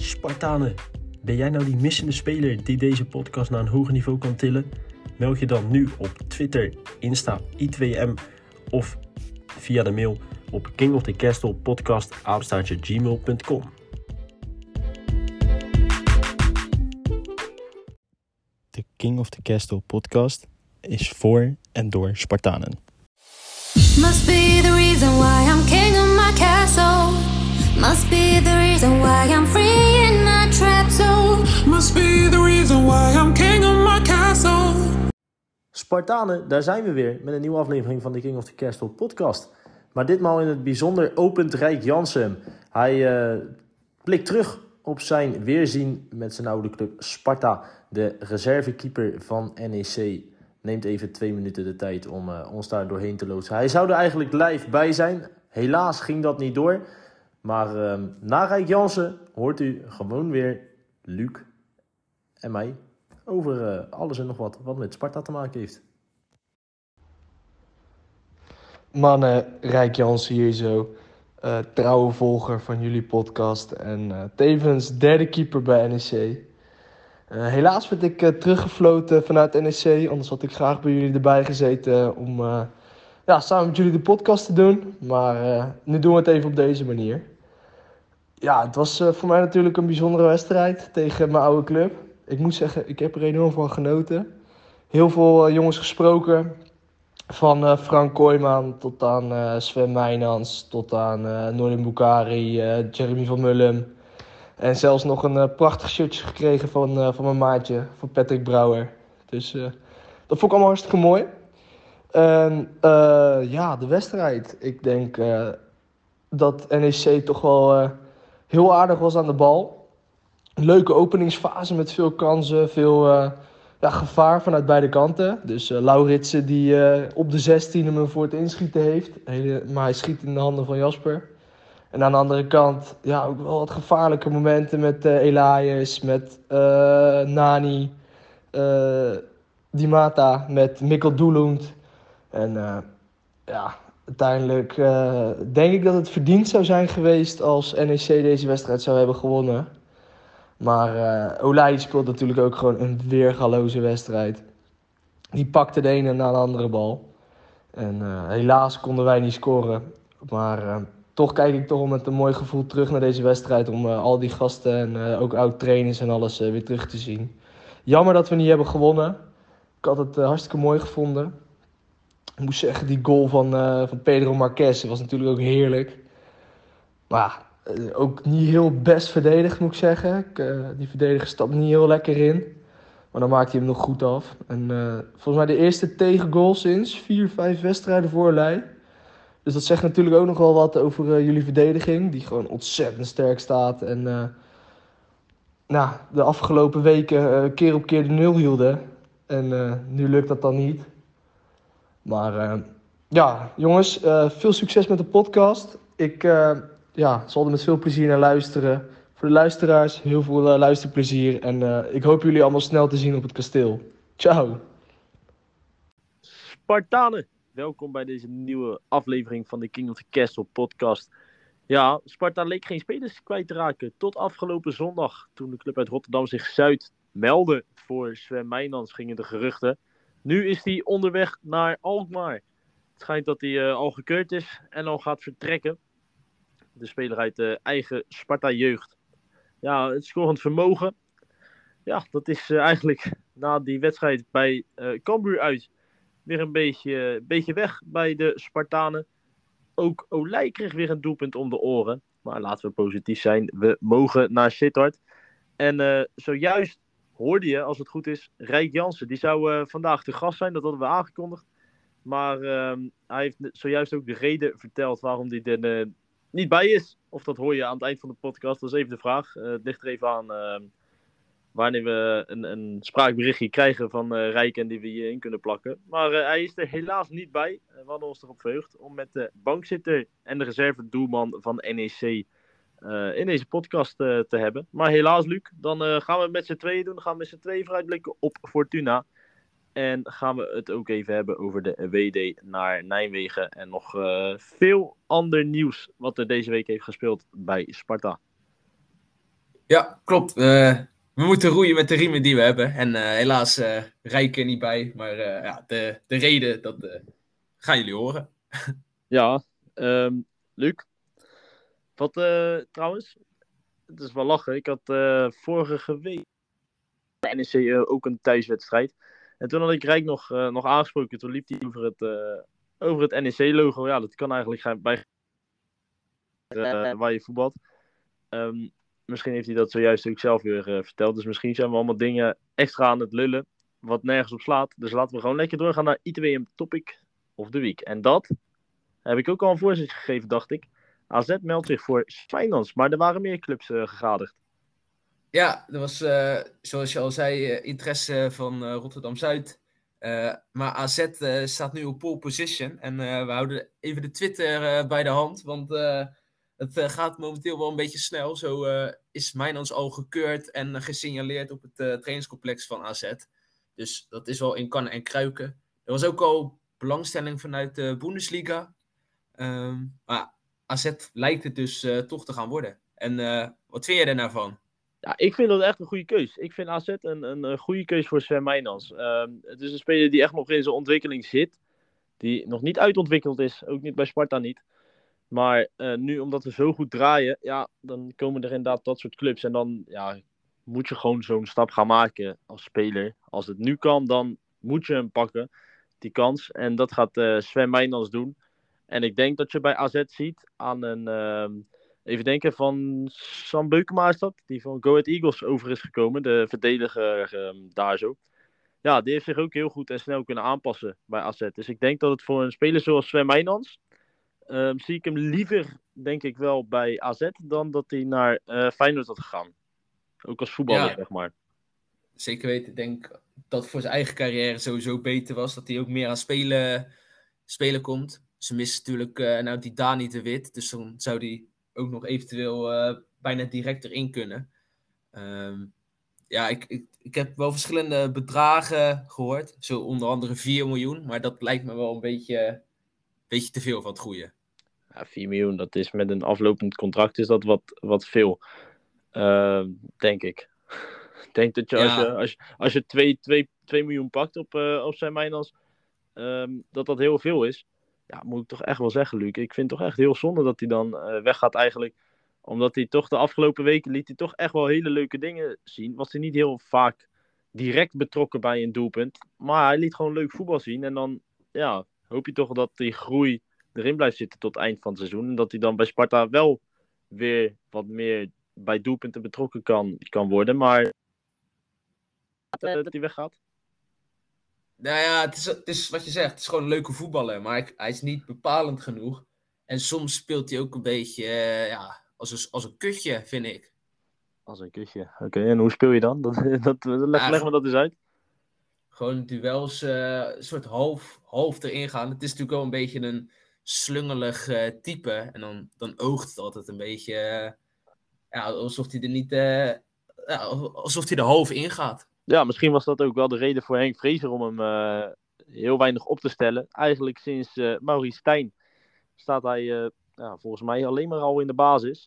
Spartanen, ben jij nou die missende speler die deze podcast naar een hoger niveau kan tillen? Meld je dan nu op Twitter, Insta, I2M of via de mail op kingofthecastlepodcast@gmail.com. De King of the Castle podcast is voor en door Spartanen. Must be the reason why I'm king of my castle. Must be the reason why I'm free in my trap zone. Must be the reason why I'm king of my castle. Spartanen, daar zijn we weer met een nieuwe aflevering van de King of the Castle podcast. Maar ditmaal in het bijzonder opent Rijk Jansen. Hij blikt terug op zijn weerzien met zijn oude club Sparta. De reservekeeper van NEC neemt even 2 minuten de tijd om ons daar doorheen te loodsen. Hij zou er eigenlijk live bij zijn. Helaas ging dat niet door. Maar na Rijk Jansen hoort u gewoon weer Luc en mij over alles en nog wat met Sparta te maken heeft. Mannen, Rijk Jansen hier zo. Trouwe volger van jullie podcast en tevens derde keeper bij NEC. Helaas werd ik teruggefloten vanuit NEC, anders had ik graag bij jullie erbij gezeten om samen met jullie de podcast te doen. Maar nu doen we het even op deze manier. Ja, het was voor mij natuurlijk een bijzondere wedstrijd tegen mijn oude club. Ik moet zeggen, ik heb er enorm van genoten. Heel veel jongens gesproken. Van Frank Kooijman tot aan Sven Meijnans, tot aan Noordin Boukari, Jeremy van Mullum. En zelfs nog een prachtig shirtje gekregen van mijn maatje, van Patrick Brouwer. Dus dat vond ik allemaal hartstikke mooi. En de wedstrijd. Ik denk dat NEC toch wel heel aardig was aan de bal. Een leuke openingsfase met veel kansen, veel gevaar vanuit beide kanten. Dus Lauritsen die op de 16e hem voor het inschieten heeft. Maar hij schiet in de handen van Jasper. En aan de andere kant ook wel wat gevaarlijke momenten met Elias, met Nani, Di Mata, met Mikkel Doelund. En uiteindelijk denk ik dat het verdiend zou zijn geweest als NEC deze wedstrijd zou hebben gewonnen. Maar Olij speelt natuurlijk ook gewoon een weergaloze wedstrijd. Die pakte de ene na de andere bal. En helaas konden wij niet scoren. Maar toch kijk ik toch met een mooi gevoel terug naar deze wedstrijd. Om al die gasten en ook oud-trainers en alles weer terug te zien. Jammer dat we niet hebben gewonnen. Ik had het hartstikke mooi gevonden. Ik moet zeggen, die goal van Pedro Marques was natuurlijk ook heerlijk. Maar ook niet heel best verdedigd, moet ik zeggen. Die verdediger stapt niet heel lekker in. Maar dan maakt hij hem nog goed af. En volgens mij de eerste tegengoal sinds 4-5 wedstrijden voor Olij. Dus dat zegt natuurlijk ook nog wel wat over jullie verdediging. Die gewoon ontzettend sterk staat. En de afgelopen weken keer op keer de 0 hielden. En nu lukt dat dan niet. Maar jongens, veel succes met de podcast. Ik zal er met veel plezier naar luisteren. Voor de luisteraars, heel veel luisterplezier. En ik hoop jullie allemaal snel te zien op het kasteel. Ciao. Spartanen, welkom bij deze nieuwe aflevering van de King of the Castle podcast. Ja, Sparta leek geen spelers kwijt te raken tot afgelopen zondag. Toen de club uit Rotterdam zich Zuid meldde voor Sven Meijnans, gingen de geruchten. Nu is hij onderweg naar Alkmaar. Het schijnt dat hij al gekeurd is en al gaat vertrekken. De speler uit de eigen Sparta-jeugd. Ja, het scorend vermogen. Ja, dat is eigenlijk na die wedstrijd bij Cambuur uit weer een beetje weg bij de Spartanen. Ook Olij kreeg weer een doelpunt om de oren. Maar laten we positief zijn. We mogen naar Sittard. En zojuist hoorde je, als het goed is, Rijk Jansen. Die zou vandaag te gast zijn. Dat hadden we aangekondigd. Maar hij heeft zojuist ook de reden verteld waarom hij er niet bij is. Of dat hoor je aan het eind van de podcast. Dat is even de vraag. Het ligt er even aan wanneer we een spraakberichtje krijgen van Rijk en die we hierin kunnen plakken. Maar hij is er helaas niet bij. We hadden ons erop verheugd om met de bankzitter en de reserve-doelman van NEC in deze podcast te hebben. Maar helaas, Luc, dan gaan we het met z'n tweeën doen. Dan gaan we met z'n tweeën vooruitblikken op Fortuna. En gaan we het ook even hebben over de WD naar Nijmegen. En nog veel ander nieuws wat er deze week heeft gespeeld bij Sparta. Ja, klopt. We moeten roeien met de riemen die we hebben. En helaas Rijk er niet bij. Maar de reden, dat gaan jullie horen. Ja, Luc. Wat trouwens, het is wel lachen. Ik had vorige week bij NEC ook een thuiswedstrijd. En toen had ik Rijk nog aangesproken. Toen liep hij over het NEC-logo. Ja, dat kan eigenlijk bij waar je voetbalt. Misschien heeft hij dat zojuist ook zelf weer verteld. Dus misschien zijn we allemaal dingen extra aan het lullen. Wat nergens op slaat. Dus laten we gewoon lekker doorgaan naar ITWM Topic of the Week. En dat heb ik ook al een voorzetje gegeven, dacht ik. AZ meldt zich voor Feyenoord. Maar er waren meer clubs gegadigd. Ja, er was, zoals je al zei, interesse van Rotterdam-Zuid. Maar AZ staat nu op pole position. En we houden even de Twitter bij de hand. Want het gaat momenteel wel een beetje snel. Zo is Mijnans al gekeurd en gesignaleerd op het trainingscomplex van AZ. Dus dat is wel in kannen en kruiken. Er was ook al belangstelling vanuit de Bundesliga. Maar AZ lijkt het dus toch te gaan worden. En wat vind jij er nou van? Ja, ik vind dat echt een goede keus. Ik vind AZ een goede keus voor Sven Mijnans. Het is een speler die echt nog in zijn ontwikkeling zit. Die nog niet uitontwikkeld is. Ook niet bij Sparta niet. Maar nu, omdat we zo goed draaien, ja, dan komen er inderdaad dat soort clubs. En dan moet je gewoon zo'n stap gaan maken als speler. Als het nu kan, dan moet je hem pakken, die kans. En dat gaat Sven Mijnans doen. En ik denk dat je bij AZ ziet aan een... even denken, van Sam Beukema is dat. Die van Go Ahead Eagles over is gekomen. De verdediger daar zo. Ja, die heeft zich ook heel goed en snel kunnen aanpassen bij AZ. Dus ik denk dat het voor een speler zoals Sven Mijnans... zie ik hem liever, denk ik wel, bij AZ... dan dat hij naar Feyenoord had gegaan. Ook als voetballer, zeg maar. Zeker weten. Ik denk dat voor zijn eigen carrière sowieso beter was. Dat hij ook meer aan spelen komt. Ze missen natuurlijk die Dani de Wit. Dus dan zou hij ook nog eventueel bijna direct erin kunnen. Ik heb wel verschillende bedragen gehoord. Zo onder andere 4 miljoen. Maar dat lijkt me wel een beetje te veel van het goede. Ja, 4 miljoen, dat is met een aflopend contract is dat wat veel. Denk ik. Ik denk dat als je 2 miljoen pakt op zijn Mijnans, dat heel veel is. Ja, moet ik toch echt wel zeggen, Luc. Ik vind het toch echt heel zonde dat hij dan weggaat eigenlijk. Omdat hij toch de afgelopen weken liet hij toch echt wel hele leuke dingen zien. Was hij niet heel vaak direct betrokken bij een doelpunt. Maar hij liet gewoon leuk voetbal zien. En dan hoop je toch dat die groei erin blijft zitten tot het eind van het seizoen. En dat hij dan bij Sparta wel weer wat meer bij doelpunten betrokken kan worden. Maar dat hij weggaat. Nou ja, het is wat je zegt. Het is gewoon een leuke voetballer. Maar hij is niet bepalend genoeg. En soms speelt hij ook een beetje als een kutje, vind ik. Als een kutje. Oké, en hoe speel je dan? Leg me dat eens uit. Gewoon duels, een soort half erin gaan. Het is natuurlijk wel een beetje een slungelig type. En dan oogt het altijd een beetje alsof hij er niet... alsof hij er half in gaat. Ja, misschien was dat ook wel de reden voor Henk Vrezer om hem heel weinig op te stellen. Eigenlijk sinds Maurice Stijn staat hij volgens mij alleen maar al in de basis.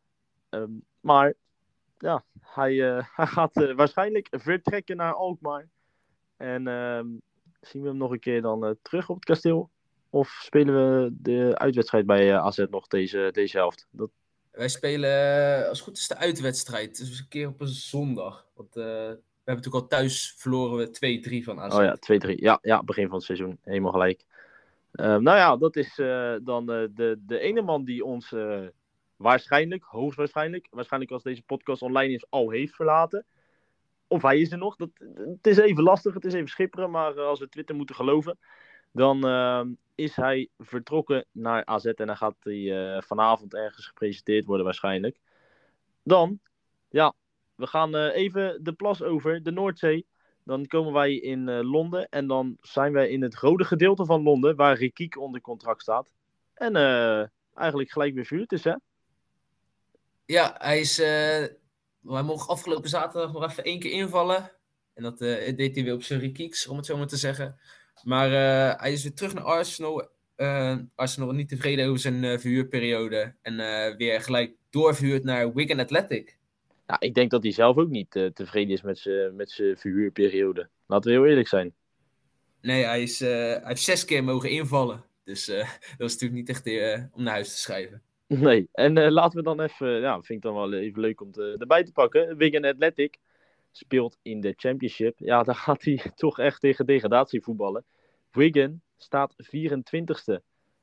Maar ja, hij gaat waarschijnlijk vertrekken naar Alkmaar. En zien we hem nog een keer dan terug op het kasteel? Of spelen we de uitwedstrijd bij AZ nog deze helft? Wij spelen als het goed is de uitwedstrijd. Dus een keer op een zondag. Want we hebben natuurlijk al thuis verloren we 2-3 van AZ. Oh ja, 2-3. Ja, begin van het seizoen. Helemaal gelijk. Dat is dan de ene man die ons hoogstwaarschijnlijk als deze podcast online is, al heeft verlaten. Of hij is er nog. Het is even lastig, het is even schipperen. Maar als we Twitter moeten geloven, dan is hij vertrokken naar AZ. En dan gaat hij vanavond ergens gepresenteerd worden waarschijnlijk. Dan, we gaan even de plas over, de Noordzee. Dan komen wij in Londen. En dan zijn wij in het rode gedeelte van Londen, waar Rikiek onder contract staat. En eigenlijk gelijk weer verhuurd is, hè? Ja, hij mocht afgelopen zaterdag nog even 1 keer invallen. En dat deed hij weer op zijn Rikieks, om het zo maar te zeggen. Maar hij is weer terug naar Arsenal. Arsenal niet tevreden over zijn verhuurperiode. En weer gelijk doorverhuurd naar Wigan Athletic. Ja, ik denk dat hij zelf ook niet tevreden is met zijn verhuurperiode. Laten we heel eerlijk zijn. Nee, hij heeft 6 keer mogen invallen. Dus dat is natuurlijk niet echt om naar huis te schrijven. Nee, en laten we dan even, ja, vind ik dan wel even leuk om erbij te pakken. Wigan Athletic speelt in de Championship. Ja, daar gaat hij toch echt tegen degradatie voetballen. Wigan staat 24ste.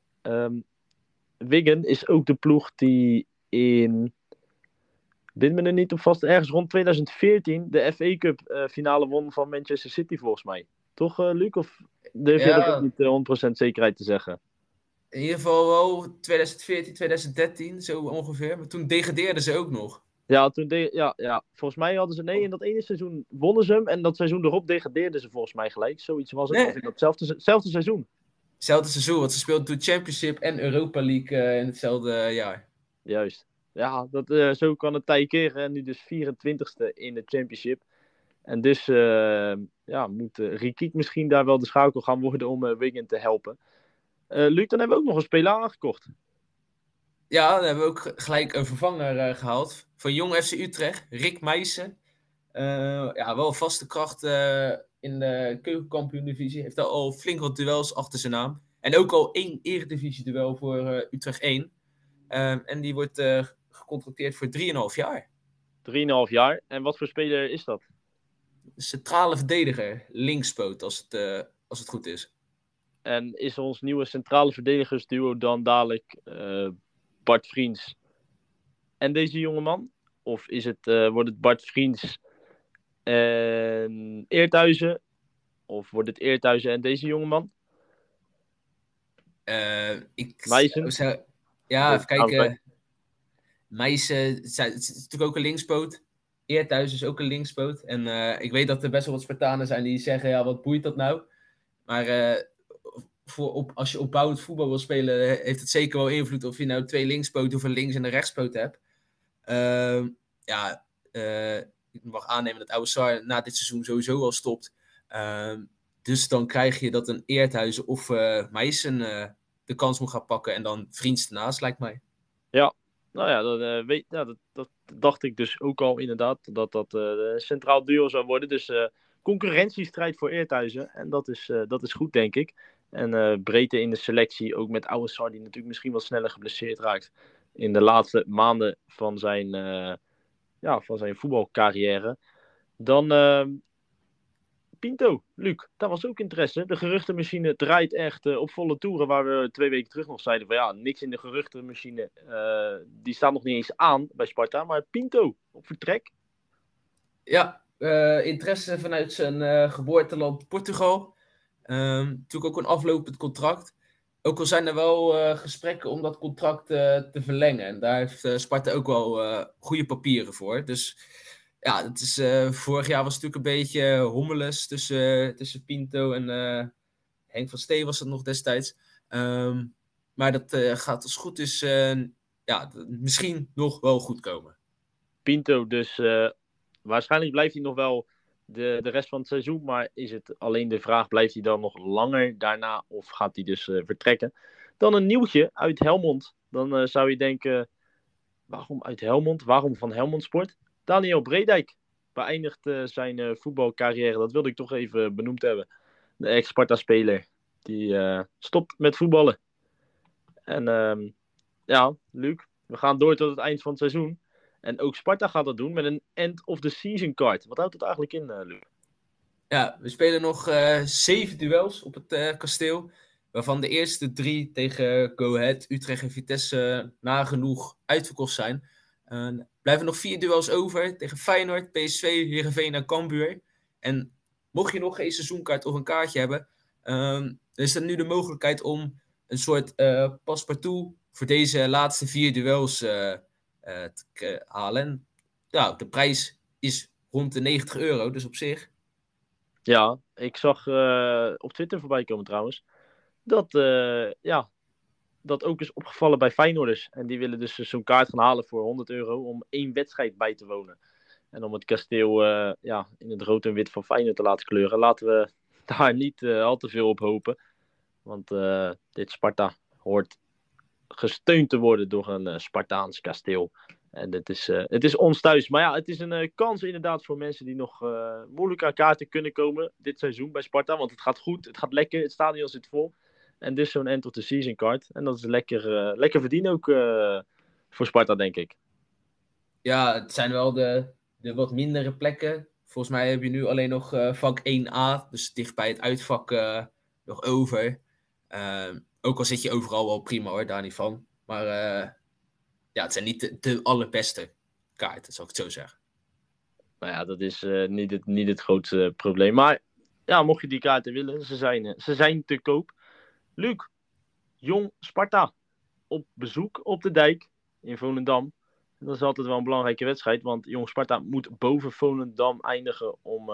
Wigan is ook de ploeg die bind me er niet op vast, ergens rond 2014 de FA Cup finale won van Manchester City volgens mij. Toch, Luc? Of durf je dat ook niet 100% zekerheid te zeggen? In ieder geval wel 2014, 2013, zo ongeveer. Maar toen degradeerden ze ook nog. Ja, volgens mij hadden ze in dat ene seizoen wonnen ze hem. En dat seizoen erop degradeerden ze volgens mij gelijk. Zoiets was het. Nee. Of in datzelfde seizoen. Hetzelfde seizoen, want ze speelden toen Championship en Europa League in hetzelfde jaar. Juist. Ja, zo kan het tij keren. En nu dus 24ste in de Championship. En dus moet Rikiek misschien daar wel de schakel gaan worden om Wigan te helpen. Luc, dan hebben we ook nog een speler aangekocht. Ja, dan hebben we ook gelijk een vervanger gehaald. Van Jong FC Utrecht, Rick Meijsen. Wel vaste kracht in de keukenkampioen-divisie. Heeft al flink wat duels achter zijn naam. En ook al 1 eredivisie-duel voor Utrecht 1. En die wordt gecontracteerd voor 3,5 jaar. 3,5 jaar. En wat voor speler is dat? Centrale verdediger, linkspoot, als het goed is. En is ons nieuwe centrale verdedigersduo dan dadelijk Bart Vriends en deze jongeman? Of wordt het Bart Vriends en Eerthuizen? Of wordt het Eerthuizen en deze jongeman? Meijsen? Even kijken. Meijsen is natuurlijk ook een linkspoot. Eerthuizen is ook een linkspoot. En ik weet dat er best wel wat Spartanen zijn die zeggen, ja, wat boeit dat nou? Maar als je opbouwend voetbal wil spelen, heeft het zeker wel invloed of je nou 2 linkspoten of een links- en een rechtspoot hebt. Ik mag aannemen dat Oude Sarr na dit seizoen sowieso al stopt. Dus dan krijg je dat een Eerthuizen of Meijsen de kans moet gaan pakken en dan Vriends ernaast, lijkt mij. Ja, nou ja, dat dacht ik dus ook al inderdaad, dat een centraal duo zou worden. Dus concurrentiestrijd voor Eerthuizen en dat is goed, denk ik. En breedte in de selectie, ook met Oude Sarr, die natuurlijk misschien wat sneller geblesseerd raakt in de laatste maanden van zijn voetbalcarrière. Dan Pinto, Luc, daar was ook interesse. De geruchtenmachine draait echt op volle toeren, waar we 2 weken terug nog zeiden van ja, niks in de geruchtenmachine. Die staat nog niet eens aan bij Sparta, maar Pinto op vertrek. Ja, interesse vanuit zijn geboorteland Portugal. Natuurlijk ook een aflopend contract. Ook al zijn er wel gesprekken om dat contract te verlengen. En daar heeft Sparta ook wel goede papieren voor. Dus ja, het is, vorig jaar was het natuurlijk een beetje hommeles tussen Pinto en Henk van Steen was het nog destijds. Maar dat gaat als het goed is misschien nog wel goed komen. Pinto dus, waarschijnlijk blijft hij nog wel de rest van het seizoen, maar is het alleen de vraag, blijft hij dan nog langer daarna of gaat hij dus vertrekken? Dan een nieuwtje uit Helmond. Dan zou je denken, waarom uit Helmond? Waarom van Helmond Sport? Daniel Breedijk beëindigt zijn voetbalcarrière. Dat wilde ik toch even benoemd hebben. De ex-Sparta-speler. Die stopt met voetballen. En Luc, we gaan door tot het eind van het seizoen. En ook Sparta gaat dat doen met een end-of-the-season card. Wat houdt dat eigenlijk in, Luc? Ja, we spelen nog 7 duels op het kasteel. Waarvan de eerste 3 tegen Go Ahead, Utrecht en Vitesse nagenoeg uitverkocht zijn. Blijven nog 4 duels over tegen Feyenoord, PSV, Heerenveen en Cambuur. En mocht je nog geen seizoenkaart of een kaartje hebben, is er nu de mogelijkheid om een soort paspartout voor deze laatste 4 duels te halen. En, ja, de prijs is rond de €90, dus op zich. Ja, ik zag op Twitter voorbij komen trouwens, dat ook is opgevallen bij Feyenoorders. En die willen dus zo'n kaart gaan halen voor €100 om 1 wedstrijd bij te wonen. En om het kasteel in het rood en wit van Feyenoord te laten kleuren. Laten we daar niet al te veel op hopen. Want dit Sparta hoort gesteund te worden door een Spartaans kasteel. En het is ons thuis. Maar ja, het is een kans inderdaad voor mensen die nog moeilijk aan kaarten kunnen komen dit seizoen bij Sparta. Want het gaat goed, het gaat lekker, het stadion zit vol. En dus zo'n end of the season card. En dat is lekker verdienen ook voor Sparta, denk ik. Ja, het zijn wel de wat mindere plekken. Volgens mij heb je nu alleen nog vak 1A, dus dicht bij het uitvak nog over. Ook al zit je overal wel prima hoor, daar niet van. Maar ja, het zijn niet de allerbeste kaarten, zou ik het zo zeggen. Nou ja, dat is niet het grootste probleem. Maar ja, mocht je die kaarten willen, ze zijn te koop. Luc, Jong Sparta op bezoek op de Dijk in Volendam. Dat is altijd wel een belangrijke wedstrijd, want Jong Sparta moet boven Volendam eindigen om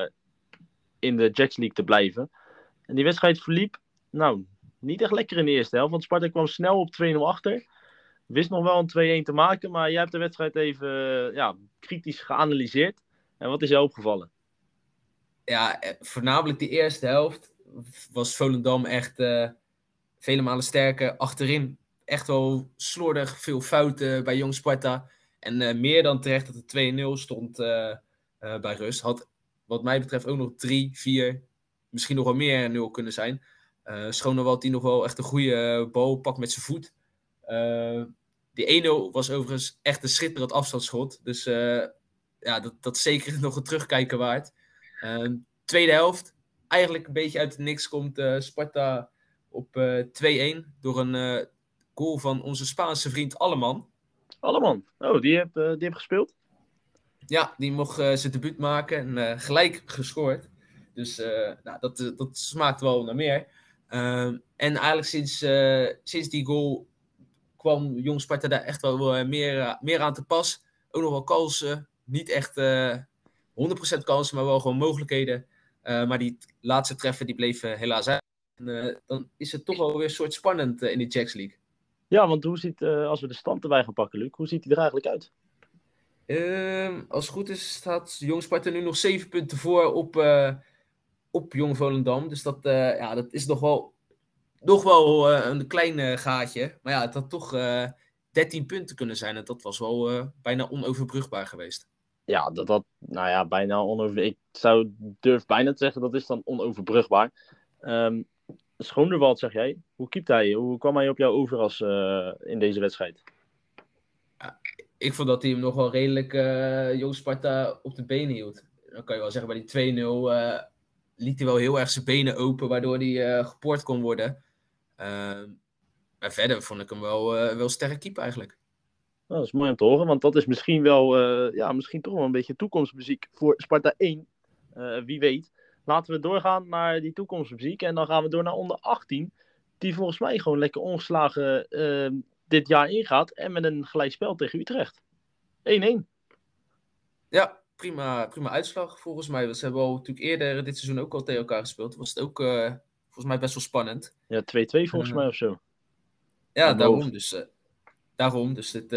in de Jacks League te blijven. En die wedstrijd verliep, nou, niet echt lekker in de eerste helft, want Sparta kwam snel op 2-0 achter. Wist nog wel een 2-1 te maken, maar jij hebt de wedstrijd even kritisch geanalyseerd. En wat is jou opgevallen? Ja, voornamelijk die eerste helft was Volendam echt vele malen sterker. Achterin echt wel slordig, veel fouten bij Jong Sparta. En meer dan terecht dat het 2-0 stond bij rust. Had wat mij betreft ook nog 3, 4, misschien nog wel meer 0 kunnen zijn. Schonewald die nog wel echt een goede bal pakt met zijn voet. Die 1-0 was overigens echt een schitterend afstandsschot. Dus ja, dat is zeker nog een terugkijken waard. Tweede helft, eigenlijk een beetje uit het niks komt Sparta op 2-1 door een goal van onze Spaanse vriend Alleman. Alleman, oh, die heb gespeeld? Ja, die mocht zijn debuut maken en gelijk gescoord. Dus nou, dat smaakt wel naar meer. En eigenlijk sinds die goal kwam Jong Sparta daar echt wel meer aan te pas. Ook nog wel kansen. Niet echt 100% kansen, maar wel gewoon mogelijkheden. Maar die laatste treffer die bleef helaas uit. En dan is het toch wel weer een soort spannend in de Jacks League. Ja, want als we de stand erbij gaan pakken, Luc, hoe ziet hij er eigenlijk uit? Als het goed is, staat Jong Sparta nu nog 7 punten voor op Jong Volendam. Dus dat is nog wel een klein gaatje. Maar ja, het had toch 13 punten kunnen zijn. En dat was wel bijna onoverbrugbaar geweest. Ja, bijna onoverbrugbaar. Ik durf bijna te zeggen, dat is dan onoverbrugbaar. Schoonderwald, zeg jij. Hoe keept hij? Hoe kwam hij op jou over in deze wedstrijd? Ik vond dat hij hem nog wel redelijk Jong Sparta op de benen hield. Dan kan je wel zeggen, bij die 2-0 liet hij wel heel erg zijn benen open, waardoor hij gepoord kon worden. Maar verder vond ik hem wel sterk keeper eigenlijk. Nou, dat is mooi om te horen, want dat is misschien wel, misschien toch wel een beetje toekomstmuziek voor Sparta 1. Wie weet. Laten we doorgaan naar die toekomstmuziek en dan gaan we door naar onder 18. Die volgens mij gewoon lekker ongeslagen dit jaar ingaat en met een gelijkspel tegen Utrecht. 1-1. Ja, prima uitslag volgens mij. Ze hebben al natuurlijk eerder dit seizoen ook al tegen elkaar gespeeld. Was het ook volgens mij best wel spannend. Ja, 2-2 volgens mij of zo. Ja, daarom. Dus het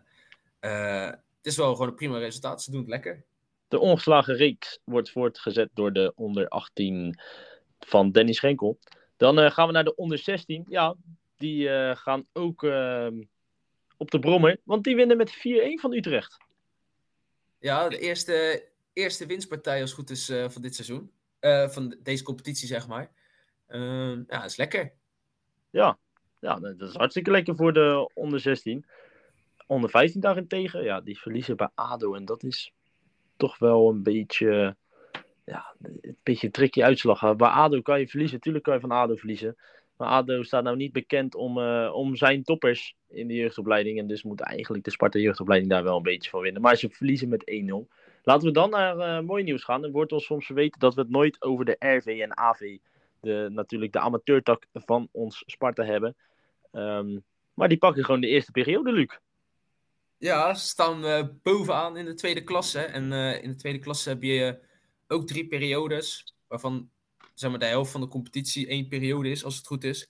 is wel gewoon een prima resultaat. Ze doen het lekker. De ongeslagen reeks wordt voortgezet door de onder 18 van Danny Schenkel. Dan gaan we naar de onder 16. Ja, die gaan ook op de brommer. Want die winnen met 4-1 van Utrecht. Ja, de eerste winstpartij als het goed is van dit seizoen. Van deze competitie, zeg maar. Ja, dat is lekker. Ja, dat is hartstikke lekker voor de onder 16. Onder 15 daarentegen, ja, die verliezen bij ADO. En dat is toch wel een beetje een tricky uitslag. Bij ADO kan je verliezen, natuurlijk kan je van ADO verliezen. Maar ADO staat nou niet bekend om zijn toppers in de jeugdopleiding. En dus moet eigenlijk de Sparta jeugdopleiding daar wel een beetje van winnen. Maar ze verliezen met 1-0. Laten we dan naar mooi nieuws gaan. Er wordt ons soms verweten dat we het nooit over de RV en AV, natuurlijk de amateurtak van ons Sparta hebben. Maar die pakken gewoon de eerste periode, Luc. Ja, ze staan bovenaan in de tweede klasse. En in de tweede klasse heb je ook 3 periodes, waarvan zeg maar, de helft van de competitie 1 periode is, als het goed is.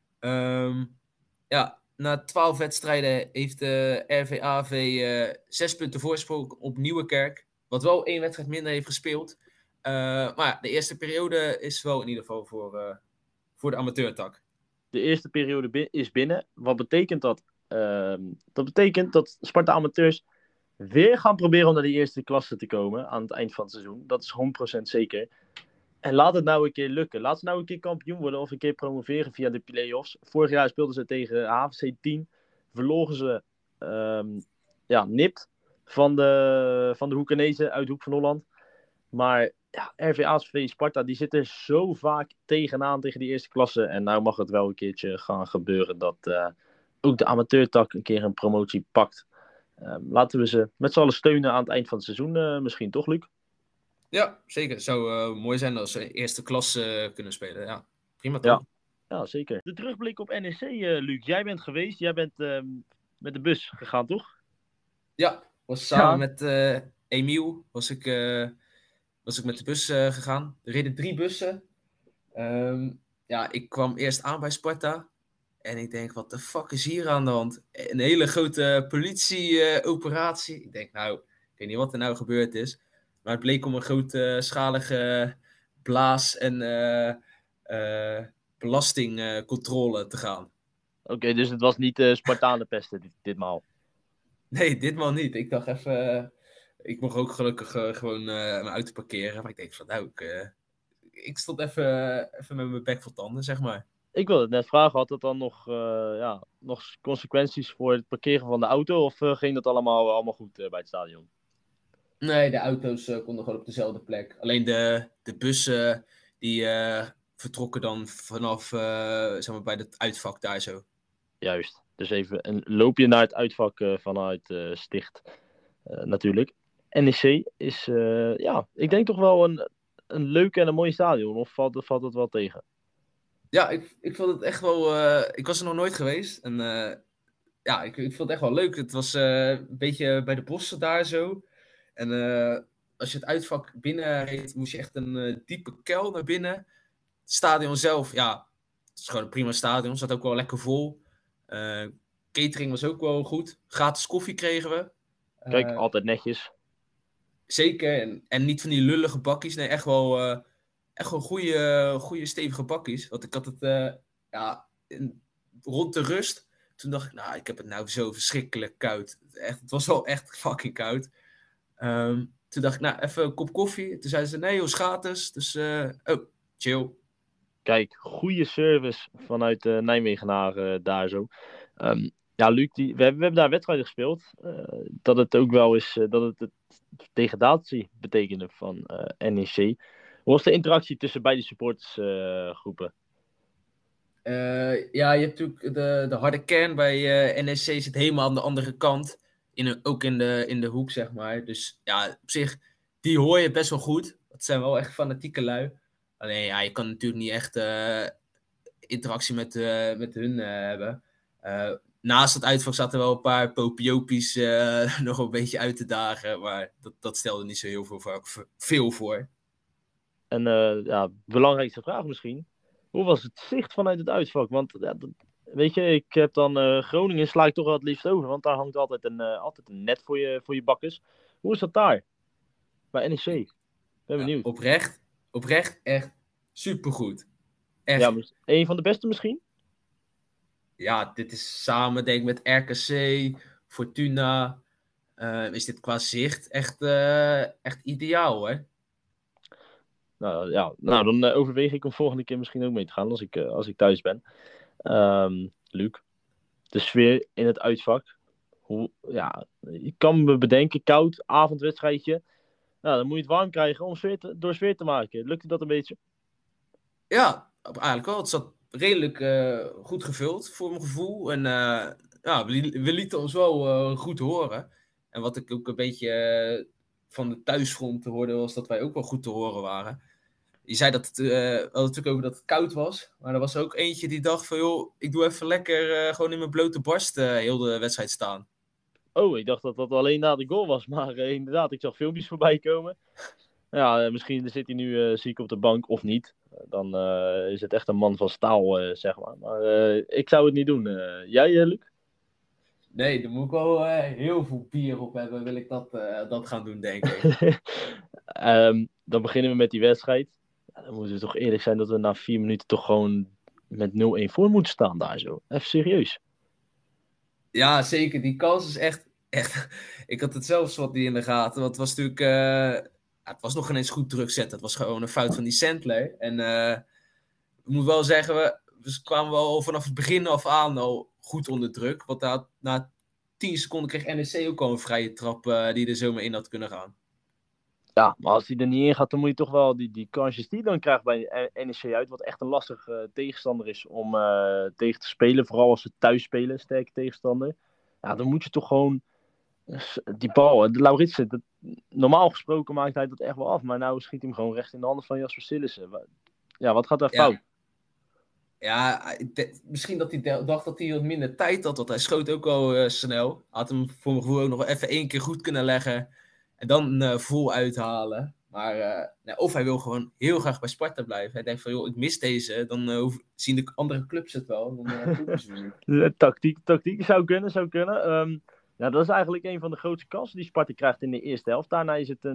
Na 12 wedstrijden heeft de RVAV 6 punten voorsprong op Nieuwekerk, wat wel 1 wedstrijd minder heeft gespeeld. Maar de eerste periode is wel in ieder geval voor de amateurtak. De eerste periode is binnen. Wat betekent dat? Dat betekent dat Sparta Amateurs weer gaan proberen om naar die eerste klasse te komen aan het eind van het seizoen. Dat is 100% zeker. En laat het nou een keer lukken. Laat ze nou een keer kampioen worden of een keer promoveren via de play-offs. Vorig jaar speelden ze tegen HVC 10. Verloren ze nipt van de Hoekenezen uit Hoek van Holland. Maar ja, RV Sparta, die zit er zo vaak tegenaan tegen die eerste klasse. En nou mag het wel een keertje gaan gebeuren dat ook de amateurtak een keer een promotie pakt. Laten we ze met z'n allen steunen aan het eind van het seizoen. Misschien toch, Luc? Ja, zeker. Het zou mooi zijn als ze eerste klasse kunnen spelen. Ja, prima toch? Ja, zeker. De terugblik op NEC, Luc. Jij bent geweest. Jij bent met de bus gegaan, toch? Ja, was samen met Emiel was ik met de bus gegaan. Er reden 3 bussen. Ik kwam eerst aan bij Sparta. En ik denk, wat de fuck is hier aan de hand? Een hele grote politieoperatie. Ik denk, nou, ik weet niet wat er nou gebeurd is. Maar het bleek om een grootschalige blaas- en belastingcontrole te gaan. Oké, dus het was niet Spartanenpesten ditmaal. Nee, ditmaal niet. Ik dacht even... ik mocht ook gelukkig gewoon mijn auto parkeren. Maar ik denk van, nou, ik stond even met mijn bek vol tanden, zeg maar. Ik wilde het net vragen, had dat dan nog consequenties voor het parkeren van de auto? Of ging dat allemaal goed bij het stadion? Nee, de auto's konden gewoon op dezelfde plek. Alleen de bussen, die vertrokken dan vanaf, bij het uitvak daar zo. Juist. Dus even een loopje naar het uitvak vanuit Sticht natuurlijk. NEC is, ik denk toch wel een leuke en een mooie stadion. Of valt het wel tegen? Ja, ik vond het echt wel... ik was er nog nooit geweest. En ik vond het echt wel leuk. Het was een beetje bij de bossen daar zo. En als je het uitvak binnen reed, moest je echt een diepe kuil naar binnen. Het stadion zelf, ja, het is gewoon een prima stadion. Zat ook wel lekker vol. Catering was ook wel goed. Gratis koffie kregen we. Kijk, altijd netjes. Zeker. En niet van die lullige bakkies. Nee, echt wel goede stevige bakkies. Want ik had het rond de rust. Toen dacht ik, nou, ik heb het nou zo verschrikkelijk koud. Het was wel echt fucking koud. Toen dacht ik, nou, even een kop koffie. Toen zeiden ze, nee, joh, is gratis. Dus, chill. Kijk, goede service vanuit Nijmegenaren daar zo. Luc, we hebben daar wedstrijden gespeeld. Dat het ook wel is, dat het degradatie betekende van NEC. Hoe was de interactie tussen beide supportersgroepen? Je hebt natuurlijk de harde kern bij NEC zit helemaal aan de andere kant. Ook in de hoek, zeg maar. Dus ja, op zich, die hoor je best wel goed. Dat zijn wel echt fanatieke lui. Alleen, ja, je kan natuurlijk niet echt interactie met hun hebben. Naast het uitvak zaten wel een paar popiopies nog een beetje uit te dagen. Maar dat stelde niet zo heel veel voor. En belangrijkste vraag misschien. Hoe was het zicht vanuit het uitvak? Want weet je, ik heb dan Groningen sla ik toch wel het liefst over. Want daar hangt altijd een net voor je bakkes. Hoe is dat daar? Bij NEC? Ben benieuwd. Oprecht echt supergoed. Echt. Ja, een van de beste misschien? Ja, dit is samen denk ik met RKC, Fortuna. Is dit qua zicht echt ideaal hoor. Nou, dan overweeg ik om volgende keer misschien ook mee te gaan als ik thuis ben. Luc, de sfeer in het uitvak. Ik kan me bedenken, koud, avondwedstrijdje. Nou, dan moet je het warm krijgen om door sfeer te maken. Lukte dat een beetje? Ja, eigenlijk wel. Het zat redelijk goed gevuld voor mijn gevoel. En we lieten ons wel goed horen. En wat ik ook een beetje van de thuisfront hoorde, was dat wij ook wel goed te horen waren. Je zei dat we hadden natuurlijk over dat het koud was. Maar er was ook eentje die dacht van, joh, ik doe even lekker gewoon in mijn blote barst heel de wedstrijd staan. Oh, ik dacht dat dat alleen na de goal was. Maar inderdaad, ik zag filmpjes voorbij komen. Ja, misschien zit hij nu ziek op de bank of niet. Dan is het echt een man van staal, zeg maar. Maar ik zou het niet doen. Jij, Luc? Nee, daar moet ik wel heel veel bier op hebben. Wil ik dat gaan doen, denk ik. Dan beginnen we met die wedstrijd. Dan moeten we toch eerlijk zijn dat we na 4 minuten toch gewoon met 0-1 voor moeten staan daar zo. Even serieus. Ja, zeker. Die kans is echt Echt, ik had het zelfs wat niet in de gaten. Want het was natuurlijk... het was nog geen eens goed druk zetten. Het was gewoon een fout van die Sandler. En ik moet wel zeggen, we kwamen wel vanaf het begin af aan al goed onder druk. Want na 10 seconden kreeg NEC ook al een vrije trap die er zomaar in had kunnen gaan. Ja, maar als die er niet in gaat, dan moet je toch wel die kansjes die je dan krijgt bij NEC uit. Wat echt een lastige tegenstander is om tegen te spelen. Vooral als ze thuis spelen, sterke tegenstander. Ja, dan moet je toch gewoon die bal. De Lauritsen, normaal gesproken maakt hij dat echt wel af. Maar nou schiet hij hem gewoon recht in de handen van Jasper Sillissen. Ja, wat gaat daar fout? Ja, misschien dat hij dacht dat hij wat minder tijd had. Want hij schoot ook al snel. Had hem voor mijn gevoel ook nog even 1 keer goed kunnen leggen. En dan vol uithalen. Maar of hij wil gewoon heel graag bij Sparta blijven. Hij denkt van, joh, ik mis deze. Dan zien de andere clubs het wel. Dan roepen ze niet. Tactiek zou kunnen. Ja, dat is eigenlijk een van de grootste kansen die Sparta krijgt in de eerste helft. Daarna is het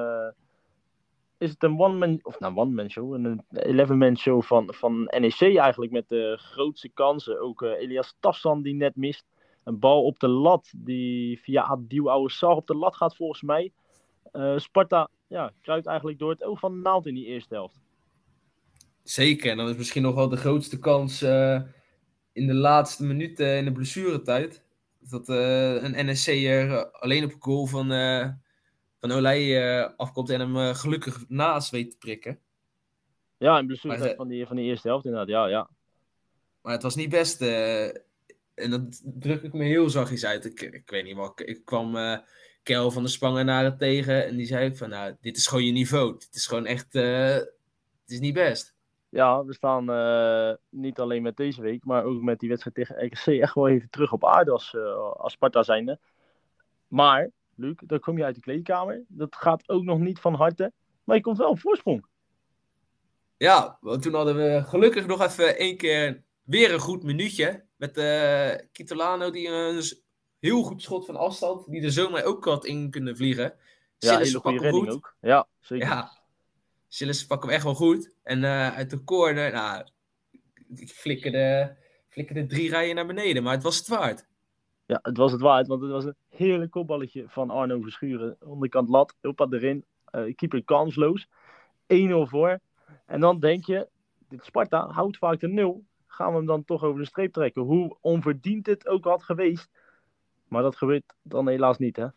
een one-man show, een 11-man show van NEC eigenlijk met de grootste kansen. Ook Elias Tassan die net mist. Een bal op de lat die via Adil Ouassar op de lat gaat volgens mij. Sparta kruipt eigenlijk door het oog van de naald in die eerste helft. Zeker, en dan is misschien nog wel de grootste kans in de laatste minuten in de blessuretijd. Dat een NSC'er alleen op een goal van Olij afkomt en hem gelukkig naast weet te prikken. Ja, in blessuretijd van die eerste helft inderdaad, ja. Maar het was niet best. En dat druk ik me heel zachtjes uit. Ik weet niet wat. Ik kwam Kel van de Spangenaren tegen en die zei van, nou, dit is gewoon je niveau. Dit is gewoon echt, het is niet best. Ja, we staan niet alleen met deze week, maar ook met die wedstrijd tegen RKC echt wel even terug op aarde als Sparta zijnde. Maar, Luc, dan kom je uit de kleedkamer. Dat gaat ook nog niet van harte, maar je komt wel op voorsprong. Ja, want toen hadden we gelukkig nog even 1 keer weer een goed minuutje. Met Kitolano die een heel goed schot van afstand, die er zomaar ook had in kunnen vliegen. Ja, hele goede redding ook. Ja, zeker. Ja, Sillissen pakt hem echt wel goed. En uit de corner, nou, ik flikkerde 3 rijen naar beneden, maar het was het waard. Ja, het was het waard, want het was een heerlijk kopballetje van Arno Verschuren. Onderkant lat, Huppa erin, keeper kansloos. 1-0 voor. En dan denk je, dit Sparta houdt vaak de 0. Gaan we hem dan toch over de streep trekken? Hoe onverdiend het ook had geweest. Maar dat gebeurt dan helaas niet, hè?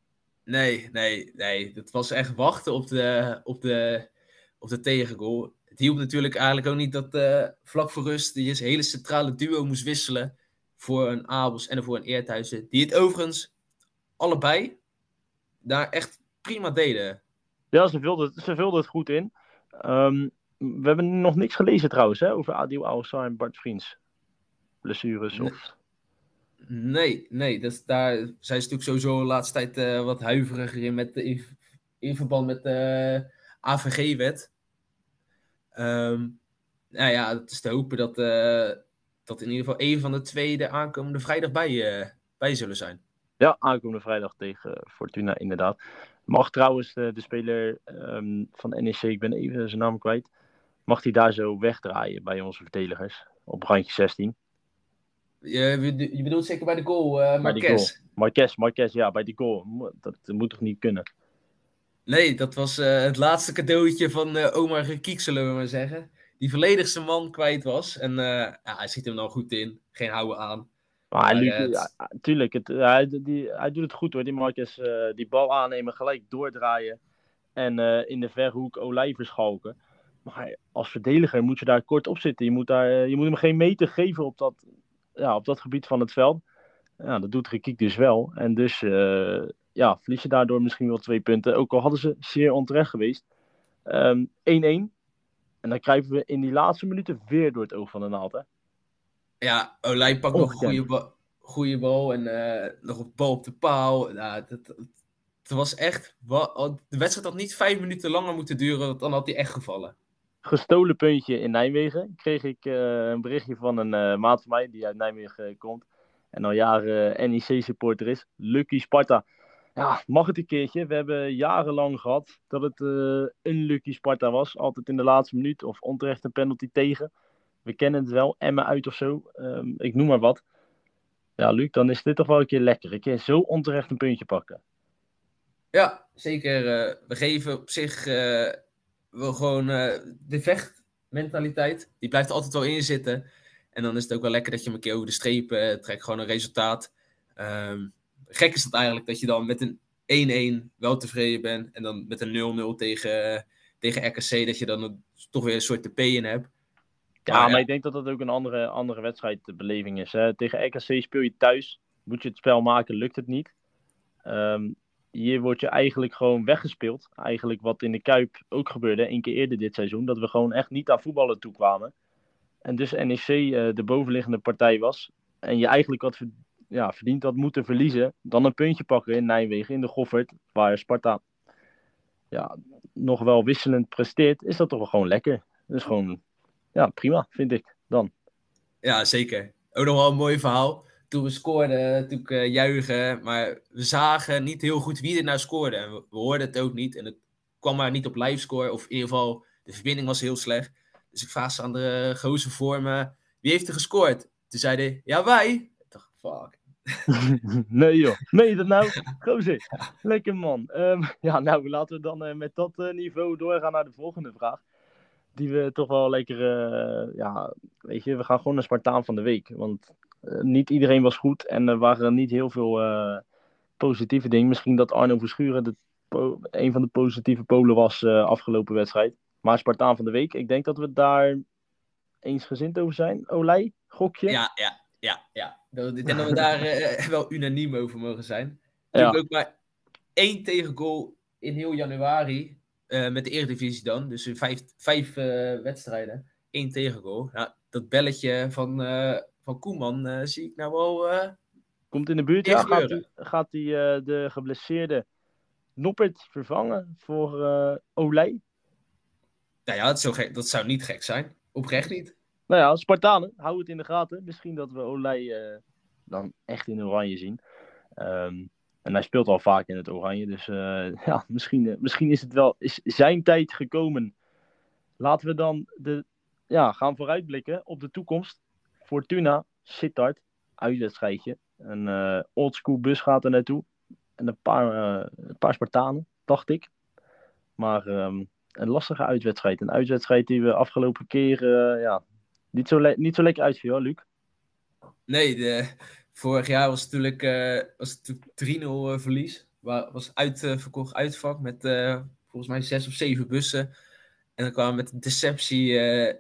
Nee. Het was echt wachten op de tegengoal. Het hielp natuurlijk eigenlijk ook niet dat vlak voor rust die hele centrale duo moest wisselen voor een Abels en voor een Eerthuizen. Die het overigens allebei daar echt prima deden. Ja, ze vulden het goed in. We hebben nog niks gelezen trouwens, hè, over Adil Ouassar en Bart Vriends. Blessures of... Nee. Daar zijn ze natuurlijk sowieso de laatste tijd wat huiveriger in verband met de AVG-wet. Nou ja, het is te hopen dat in ieder geval 1 van de 2 de aankomende vrijdag bij zullen zijn. Ja, aankomende vrijdag tegen Fortuna inderdaad. Mag trouwens de speler van NEC, ik ben even zijn naam kwijt, mag hij daar zo wegdraaien bij onze verdedigers op randje 16? Je bedoelt zeker bij de goal, Marquez? Marquez, ja, bij die goal. Dat moet toch niet kunnen? Nee, dat was het laatste cadeautje van Omar Kiek, zullen we maar zeggen. Die volledig zijn man kwijt was. En hij ziet hem dan goed in. Geen houden aan. Maar tuurlijk, hij doet het goed hoor. Die Marquez, die bal aannemen, gelijk doordraaien. En in de verhoek Olij verschalken. Maar als verdediger moet je daar kort op zitten. Je moet hem geen meter geven op dat gebied van het veld. Ja, dat doet Kiek dus wel. En dus verlies je daardoor misschien wel 2 punten. Ook al hadden ze zeer onterecht geweest. 1-1. En dan krijgen we in die laatste minuten weer door het oog van de naald. Hè? Ja, Olij pakt nog een goede bal. En nog een bal op de paal. Het was echt... De wedstrijd had niet 5 minuten langer moeten duren. Dan had hij echt gevallen. Gestolen puntje in Nijmegen. Kreeg ik een berichtje van een maat van mij die uit Nijmegen komt. En al jaren NEC-supporter is. Lucky Sparta. Ja, mag het een keertje. We hebben jarenlang gehad dat het een Lucky Sparta was. Altijd in de laatste minuut of onterecht een penalty tegen. We kennen het wel. Emmen uit of zo. Ik noem maar wat. Ja, Luc, dan is dit toch wel een keer lekker. Een keer zo onterecht een puntje pakken. Ja, zeker. We geven op zich wel gewoon de vechtmentaliteit. Die blijft er altijd wel in zitten. En dan is het ook wel lekker dat je hem een keer over de streep trekt. Gewoon een resultaat. Gek is het eigenlijk dat je dan met een 1-1 wel tevreden bent. En dan met een 0-0 tegen RKC dat je dan toch weer een soort TP in hebt. Ja, maar ik denk dat dat ook een andere wedstrijdbeleving is. Hè. Tegen RKC speel je thuis. Moet je het spel maken, lukt het niet. Hier word je eigenlijk gewoon weggespeeld. Eigenlijk wat in de Kuip ook gebeurde, 1 keer eerder dit seizoen. Dat we gewoon echt niet aan voetballen toekwamen. En dus NEC de bovenliggende partij was. En je eigenlijk had verdiend had moeten verliezen. Dan een puntje pakken in Nijmegen, in de Goffert. Waar Sparta nog wel wisselend presteert. Is dat toch wel gewoon lekker. Dus gewoon, prima, vind ik dan. Ja, zeker. Ook nog wel een mooi verhaal. Toen we scoorden, natuurlijk juichen. Maar we zagen niet heel goed wie er nou scoorde. En we hoorden het ook niet. En het kwam maar niet op livescore. Of in ieder geval, de verbinding was heel slecht. Dus ik vraag ze aan de gozer voor me. Wie heeft er gescoord? Toen zeiden hij, ja, wij. Ik dacht, fuck. Nee joh, meen je dat nou? Gozer, lekker man. Nou, laten we dan met dat niveau doorgaan naar de volgende vraag. Die we toch wel lekker, weet je, we gaan gewoon een Spartaan van de week. Want niet iedereen was goed en er waren niet heel veel positieve dingen. Misschien dat Arno Verschuren een van de positieve polen was afgelopen wedstrijd. Maar Spartaan van de week, ik denk dat we daar eensgezind over zijn. Olij, gokje? Ja. Ik denk dat we daar wel unaniem over mogen zijn. Ja. Ook maar 1 tegengoal in heel januari. Met de Eredivisie dan. Dus in 5 wedstrijden. 1 tegengoal. Ja, dat belletje van Koeman zie ik nou wel... Komt in de buurt, ja. Gaat hij de geblesseerde Noppert vervangen voor Olij? Nou ja, dat zou niet gek zijn. Oprecht niet. Nou ja, Spartanen, hou het in de gaten. Misschien dat we Olij dan echt in oranje zien. En hij speelt al vaak in het oranje. Dus misschien is het wel zijn tijd gekomen. Laten we dan gaan vooruitblikken op de toekomst. Fortuna, Sittard, uitwedstrijdje. Een oldschool bus gaat er naartoe. En een paar Spartanen, dacht ik. Maar een lastige uitwedstrijd. Een uitwedstrijd die we afgelopen keer niet zo lekker uitviel, Luc. Nee, vorig jaar was het natuurlijk 3-0 verlies. Was uitverkocht uitvak met volgens mij 6 of 7 bussen. En dan kwamen we met een deceptie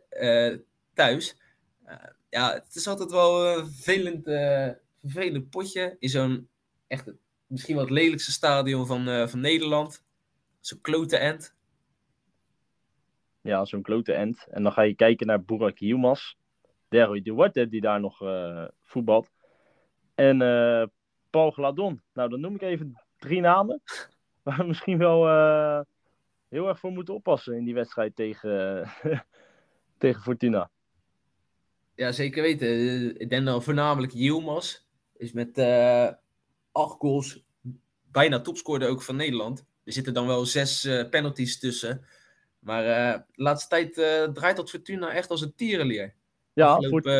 thuis. Het is altijd wel een vervelend potje. In zo'n echt misschien wel het lelijkste stadion van Nederland. Zo'n klote end. Ja, zo'n klote end. En dan ga je kijken naar Burak Yilmaz. Deroy Duarte, die daar nog voetbalt. En Paul Gladon. Nou, dan noem ik even 3 namen. Waar we misschien wel heel erg voor moeten oppassen in die wedstrijd tegen Fortuna. Ja, zeker weten. Ik denk dan voornamelijk Yilmaz. Is met 8 goals bijna topscorer ook van Nederland. Er zitten dan wel 6 penalties tussen. Maar de laatste tijd draait dat Fortuna echt als een tierenlier. Ja,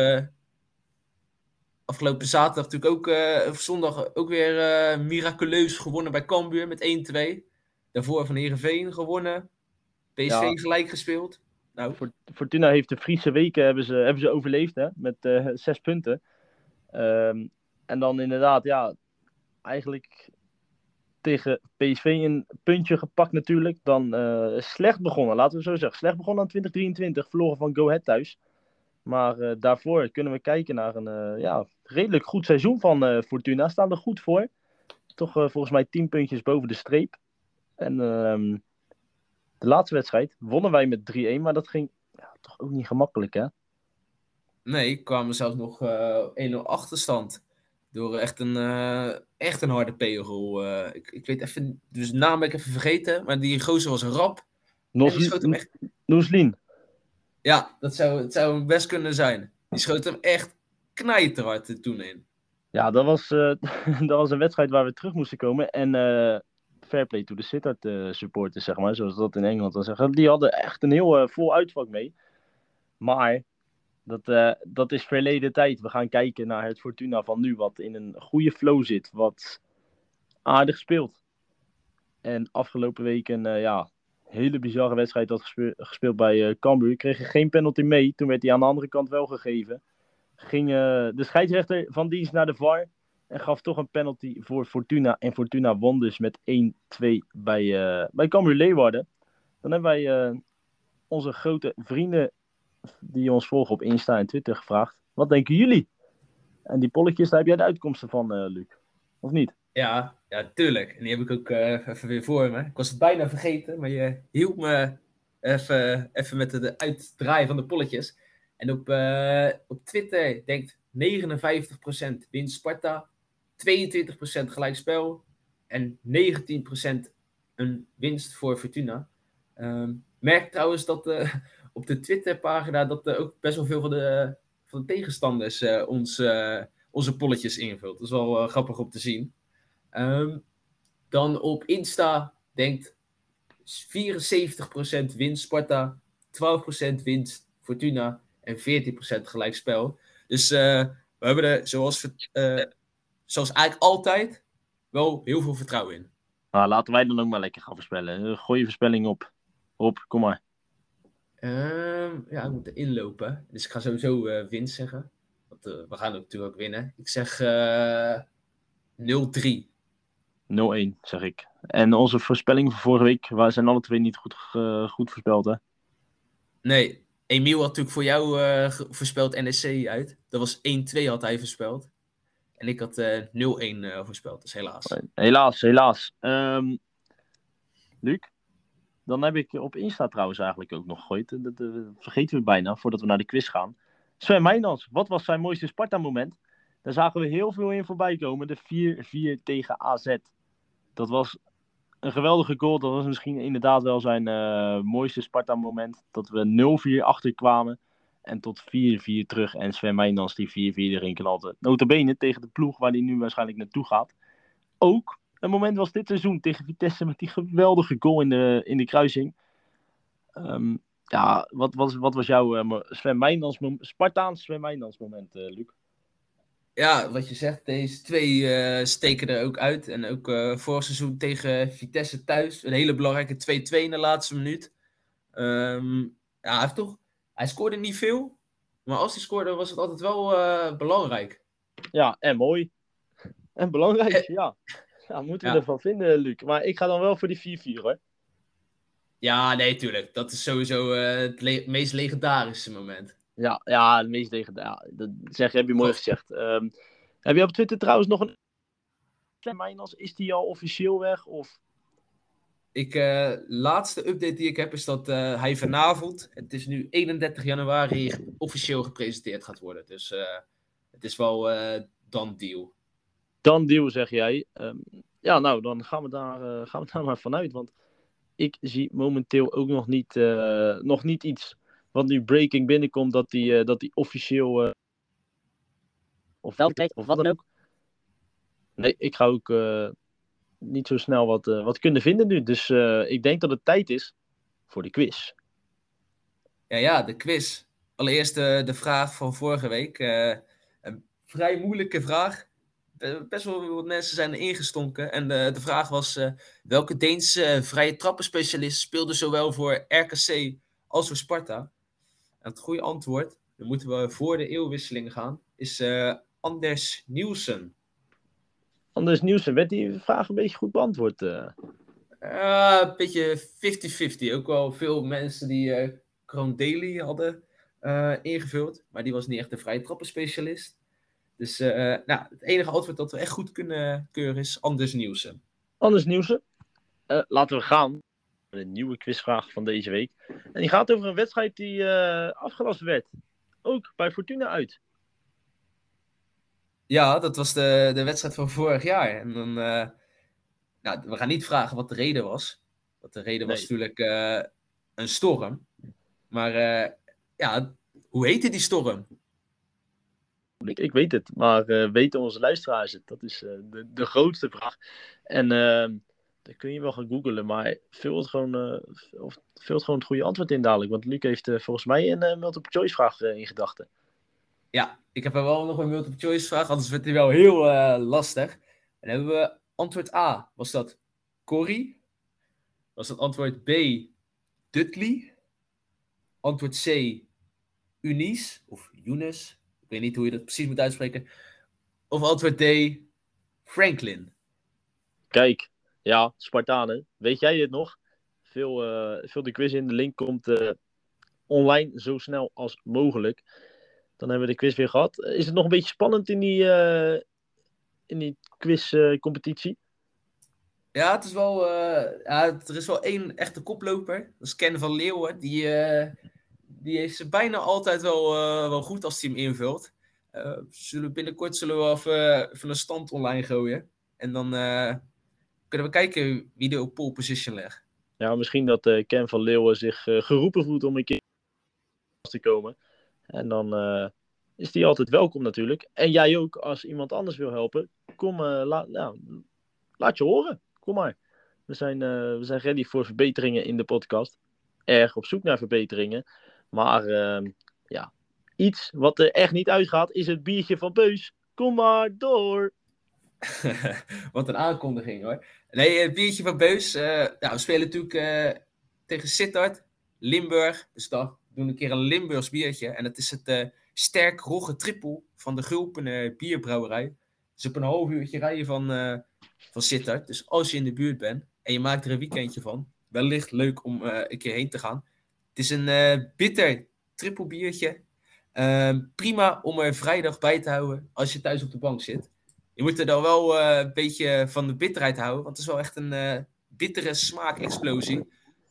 afgelopen zaterdag natuurlijk ook, of zondag ook weer miraculeus gewonnen bij Cambuur met 1-2. Daarvoor van Heerenveen gewonnen. PSV gelijk gespeeld. Nou. Fortuna heeft de Friese weken hebben ze overleefd, hè, met 6 punten. En dan inderdaad, eigenlijk tegen PSV een puntje gepakt natuurlijk. Dan slecht begonnen, laten we zo zeggen. Slecht begonnen aan 2023, verloren van Go Ahead thuis. Maar daarvoor kunnen we kijken naar een redelijk goed seizoen van Fortuna. Staan er goed voor. Toch volgens mij 10 puntjes boven de streep. En de laatste wedstrijd wonnen wij met 3-1. Maar dat ging toch ook niet gemakkelijk, hè? Nee, kwamen zelfs nog 1-0 achterstand. Door echt een harde pegel. Ik weet even, dus de naam ben ik even vergeten. Maar die gozer was rap. Noeslin. Ja, het zou hem best kunnen zijn. Die schoot hem echt knijterhard toen in. Ja, dat was een wedstrijd waar we terug moesten komen. En fair play to the Sittard supporters, zoals dat in Engeland dan zeggen. Die hadden echt een heel vol uitvak mee. Maar Dat is verleden tijd. We gaan kijken naar het Fortuna van nu, wat in een goede flow zit, wat aardig speelt. En afgelopen week een hele bizarre wedstrijd had gespeeld bij Cambuur. Kregen geen penalty mee, toen werd die aan de andere kant wel gegeven. Ging de scheidsrechter van dienst naar de VAR en gaf toch een penalty voor Fortuna. En Fortuna won dus met 1-2 bij Cambuur Leeuwarden. Dan hebben wij onze grote vrienden die ons volgen op Insta en Twitter gevraagd. Wat denken jullie? En die polletjes, daar heb jij de uitkomsten van, Luc. Of niet? Ja, tuurlijk. En die heb ik ook even weer voor me. Ik was het bijna vergeten, maar je hielp me even met het uitdraaien van de polletjes. En op Twitter denkt 59% wint Sparta, 22% gelijkspel en 19% een winst voor Fortuna. Merk trouwens dat op de Twitterpagina dat ook best wel veel van de tegenstanders onze polletjes invult. Dat is wel grappig om te zien. Dan op Insta denkt 74% wint Sparta, 12% wint Fortuna en 14% gelijkspel. Dus we hebben er zoals eigenlijk altijd wel heel veel vertrouwen in. Nou, laten wij dan ook maar lekker gaan voorspellen. Gooi je voorspelling op. Hop, kom maar. Ik moet erin lopen. Dus ik ga sowieso winst zeggen. Want we gaan natuurlijk ook winnen. Ik zeg 0-3. 0-1, zeg ik. En onze voorspelling van vorige week, we zijn alle twee niet goed voorspeld, hè? Nee, Emiel had natuurlijk voor jou voorspeld NEC uit. Dat was 1-2 had hij voorspeld. En ik had 0-1 voorspeld, dus helaas. Helaas. Luc, dan heb ik op Insta trouwens eigenlijk ook nog gegooid. Dat vergeten we bijna, voordat we naar de quiz gaan. Sven Meijnans, wat was zijn mooiste Sparta-moment? Daar zagen we heel veel in voorbij komen. De 4-4 tegen AZ. Dat was een geweldige goal. Dat was misschien inderdaad wel zijn mooiste Sparta-moment. Dat we 0-4 achterkwamen. En tot 4-4 terug. En Sven Meijnans die 4-4 erin knalde. Notabene tegen de ploeg waar hij nu waarschijnlijk naartoe gaat. Ook een moment was dit seizoen tegen Vitesse met die geweldige goal in de kruising. Wat was jouw Spartaans Sven Meijnans moment, Luc? Ja, wat je zegt, deze twee steken er ook uit. En ook vorig seizoen tegen Vitesse thuis. Een hele belangrijke 2-2 in de laatste minuut. Hij scoorde niet veel. Maar als hij scoorde was het altijd wel belangrijk. Ja, en mooi. En belangrijk, ja. Ja, moeten we ervan vinden, Luc. Maar ik ga dan wel voor die 4-4, hoor. Ja, nee, tuurlijk. Dat is sowieso het meest legendarische moment. Ja, het meest legendarische. Dat heb je mooi gezegd. Heb je op Twitter trouwens nog een... Mijnals, is die al officieel weg? Of... Laatste update die ik heb is dat hij vanavond, het is nu 31 januari, officieel gepresenteerd gaat worden. Dus het is wel done deal. Done deal, zeg jij. Dan gaan we daar maar vanuit. Want ik zie momenteel ook nog niet iets wat nu breaking binnenkomt, dat die officieel of wel trekt, of wat dan ook. Nee, ik ga ook niet zo snel wat kunnen vinden nu. Dus ik denk dat het tijd is voor de quiz. Ja, de quiz. Allereerst de vraag van vorige week. Een vrij moeilijke vraag. Best wel wat mensen zijn er ingestonken. En de vraag was, welke Deense vrije trappenspecialist speelde zowel voor RKC als voor Sparta? En het goede antwoord, dan moeten we voor de eeuwwisseling gaan, is Anders Nielsen. Anders Nielsen, werd die vraag een beetje goed beantwoord? Een beetje 50-50. Ook wel veel mensen die Kroon Daly hadden ingevuld. Maar die was niet echt een vrije trappenspecialist. Dus het enige antwoord dat we echt goed kunnen keuren is Anders Nielsen. Anders Nielsen. Laten we gaan met een nieuwe quizvraag van deze week. En die gaat over een wedstrijd die afgelast werd. Ook bij Fortuna uit. Ja, dat was de wedstrijd van vorig jaar. En dan, we gaan niet vragen wat de reden was. Want de reden was natuurlijk een storm. Maar hoe heette die storm? Ik weet het, maar weten onze luisteraars het? Dat is de grootste vraag. En Dat kun je wel gaan googlen, maar vul het gewoon het goede antwoord in dadelijk. Want Luc heeft volgens mij een multiple choice vraag in gedachten. Ja, ik heb er wel nog een multiple choice vraag, anders wordt die wel heel lastig. En dan hebben we antwoord A. Was dat Corrie? Was dat antwoord B. Dudley? Antwoord C. Eunice? Of Eunice? Ik weet niet hoe je dat precies moet uitspreken. Of antwoord D. Franklin? Kijk, ja, Spartanen. Weet jij dit nog? Vul de quiz in. De link komt online zo snel als mogelijk. Dan hebben we de quiz weer gehad. Is het nog een beetje spannend in die quizcompetitie? Ja, het is wel, er is wel één echte koploper. Dat is Ken van Leeuwen. Die heeft ze bijna altijd wel goed als hij hem invult. Binnenkort zullen we even een stand online gooien. En dan kunnen we kijken wie er op pole position legt. Ja, misschien dat Ken van Leeuwen zich geroepen voelt om een keer te komen. En dan is die altijd welkom natuurlijk. En jij ook, als iemand anders wil helpen. Kom, laat je horen. Kom maar. We zijn ready voor verbeteringen in de podcast. Erg op zoek naar verbeteringen. Maar iets wat er echt niet uitgaat is het biertje van Beus. Kom maar door. Wat een aankondiging hoor. Nee, het biertje van Beus. We spelen natuurlijk tegen Sittard, Limburg. Dus dan doen we een keer een Limburgs biertje. En dat is het Sterk Rogge Trippel van de Gulpen Bierbrouwerij. Dus op een half uurtje rijden van Sittard. Dus als je in de buurt bent en je maakt er een weekendje van. Wellicht leuk om een keer heen te gaan. Het is een bitter trippelbiertje. Prima om er vrijdag bij te houden als je thuis op de bank zit. Je moet er dan wel een beetje van de bitterheid houden. Want het is wel echt een bittere smaakexplosie.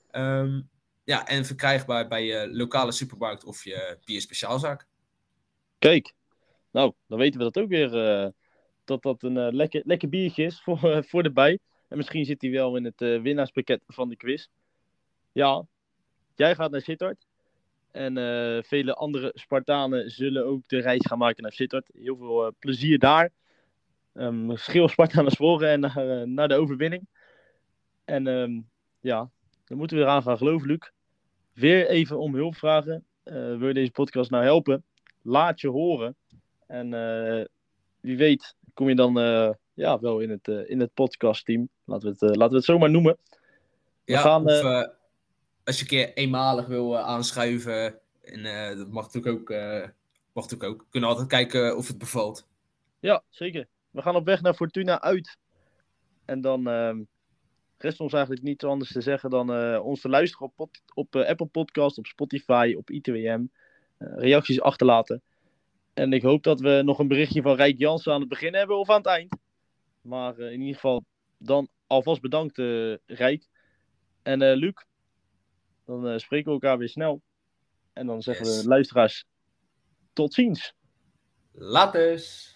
En verkrijgbaar bij je lokale supermarkt of je bierspeciaalzaak. Kijk, nou, dan weten we dat ook weer. Dat een lekker biertje is voor de bij. En misschien zit hij wel in het winnaarspakket van de quiz. Ja, jij gaat naar Sittard. En vele andere Spartanen zullen ook de reis gaan maken naar Sittard. Heel veel plezier daar. Schreeuw Spartanen voren en naar de overwinning. En dan moeten we eraan gaan geloven, Luc. Weer even om hulp vragen. Wil je deze podcast nou helpen? Laat je horen. En wie weet kom je dan wel in het podcastteam. Laten we het zo maar noemen. Als je een keer eenmalig wil aanschuiven. En dat mag natuurlijk ook. We kunnen altijd kijken of het bevalt. Ja, zeker. We gaan op weg naar Fortuna uit. En dan rest ons eigenlijk niets anders te zeggen dan ons te luisteren op Apple Podcast, op Spotify, op ITWM. Reacties achterlaten. En ik hoop dat we nog een berichtje van Rijk Jansen aan het begin hebben of aan het eind. Maar in ieder geval dan alvast bedankt Rijk. En Luc, dan spreken we elkaar weer snel. En dan zeggen we luisteraars tot ziens. Laters.